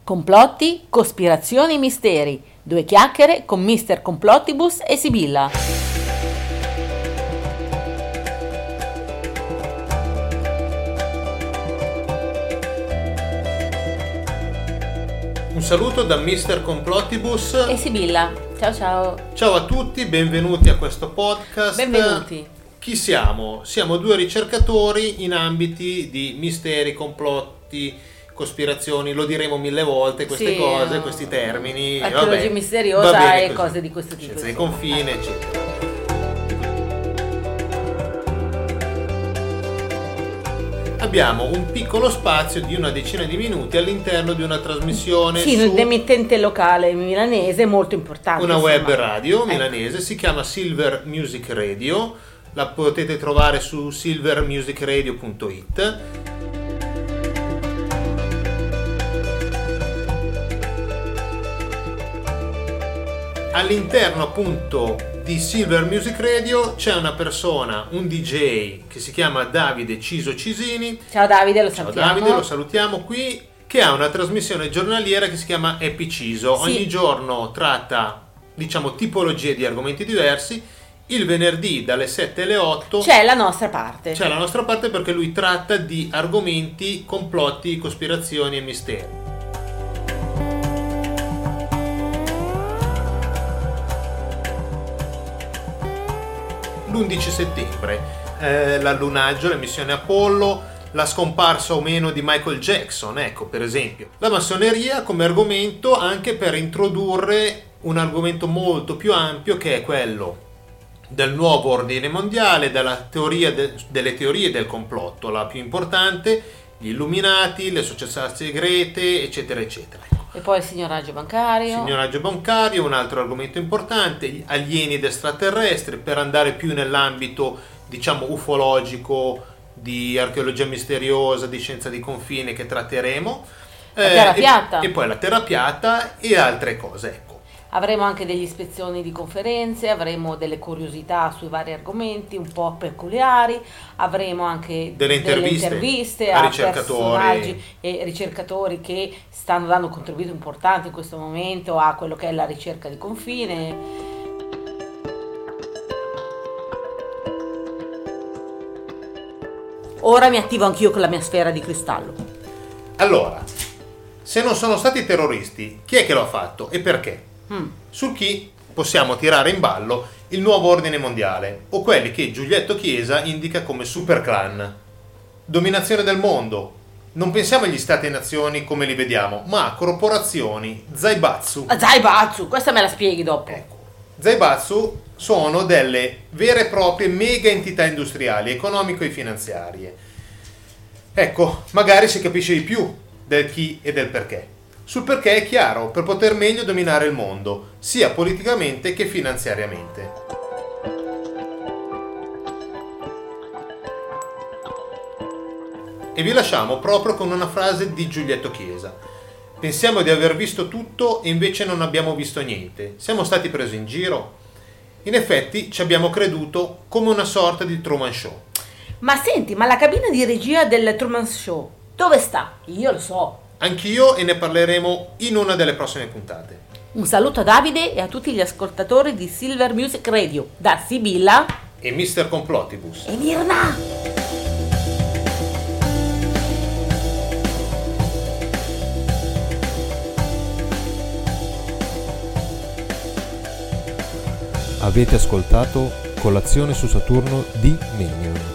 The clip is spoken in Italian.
Complotti, cospirazioni e misteri. Due chiacchiere con Mr. Complottibus e Sibilla. Un saluto da Mr. Complottibus e Sibilla. Ciao ciao. Ciao a tutti, benvenuti a questo podcast. Benvenuti. Chi siamo? Siamo due ricercatori in ambiti di misteri, complotti, cospirazioni, lo diremo 1000 volte queste cose, questi termini. Archeologia misteriosa e cose di questo tipo. Scienza di confine, eccetera. Abbiamo un piccolo spazio di una decina di minuti all'interno di una trasmissione su un'emittente locale milanese molto importante. Una web radio milanese, si chiama Silver Music Radio, la potete trovare su silvermusicradio.it. All'interno appunto di Silver Music Radio c'è una persona, un DJ che si chiama Davide Ciso Cisini. Ciao Davide, lo salutiamo. Ciao Davide, lo salutiamo qui, che ha una trasmissione giornaliera che si chiama Happy Ciso. Sì. Ogni giorno tratta, diciamo, tipologie di argomenti diversi. Il venerdì dalle 7 alle 8 c'è la nostra parte. C'è la nostra parte perché lui tratta di argomenti, complotti, cospirazioni e misteri. L'11 settembre, l'allunaggio, la missione Apollo, la scomparsa o meno di Michael Jackson, ecco, per esempio. La massoneria come argomento anche per introdurre un argomento molto più ampio, che è quello del nuovo ordine mondiale, della teoria delle teorie del complotto, la più importante, gli Illuminati, le società segrete, eccetera, eccetera. E poi il signoraggio bancario. Signoraggio bancario, un altro argomento importante, gli alieni ed extraterrestri, per andare più nell'ambito, diciamo, ufologico, di archeologia misteriosa, di scienza di confine, che tratteremo. La terra piatta. E poi la terra piatta e altre cose, ecco. Avremo anche delle ispezioni di conferenze, avremo delle curiosità sui vari argomenti un po' peculiari, avremo anche delle interviste a personaggi e ricercatori che stanno dando un contributo importante in questo momento a quello che è la ricerca di confine. Ora mi attivo anch'io con la mia sfera di cristallo. Allora, se non sono stati terroristi, chi è che lo ha fatto e perché? Su chi possiamo tirare in ballo il nuovo ordine mondiale, o quelli che Giulietto Chiesa indica come super clan. Dominazione del mondo. Non pensiamo agli stati e nazioni come li vediamo, ma a corporazioni, zaibatsu. Zaibatsu, questa me la spieghi dopo. Ecco. Zaibatsu sono delle vere e proprie mega entità industriali, economico e finanziarie. Ecco, magari si capisce di più del chi e del perché. Sul perché è chiaro, per poter meglio dominare il mondo, sia politicamente che finanziariamente. E vi lasciamo proprio con una frase di Giulietto Chiesa. Pensiamo di aver visto tutto e invece non abbiamo visto niente. Siamo stati presi in giro? In effetti ci abbiamo creduto come una sorta di Truman Show. Ma senti, ma la cabina di regia del Truman Show dove sta? Io lo so. Anch'io, e ne parleremo in una delle prossime puntate. Un saluto a Davide e a tutti gli ascoltatori di Silver Music Radio, da Sibilla e Mr. Complottibus e Mirna. Avete ascoltato Colazione su Saturno di Menion.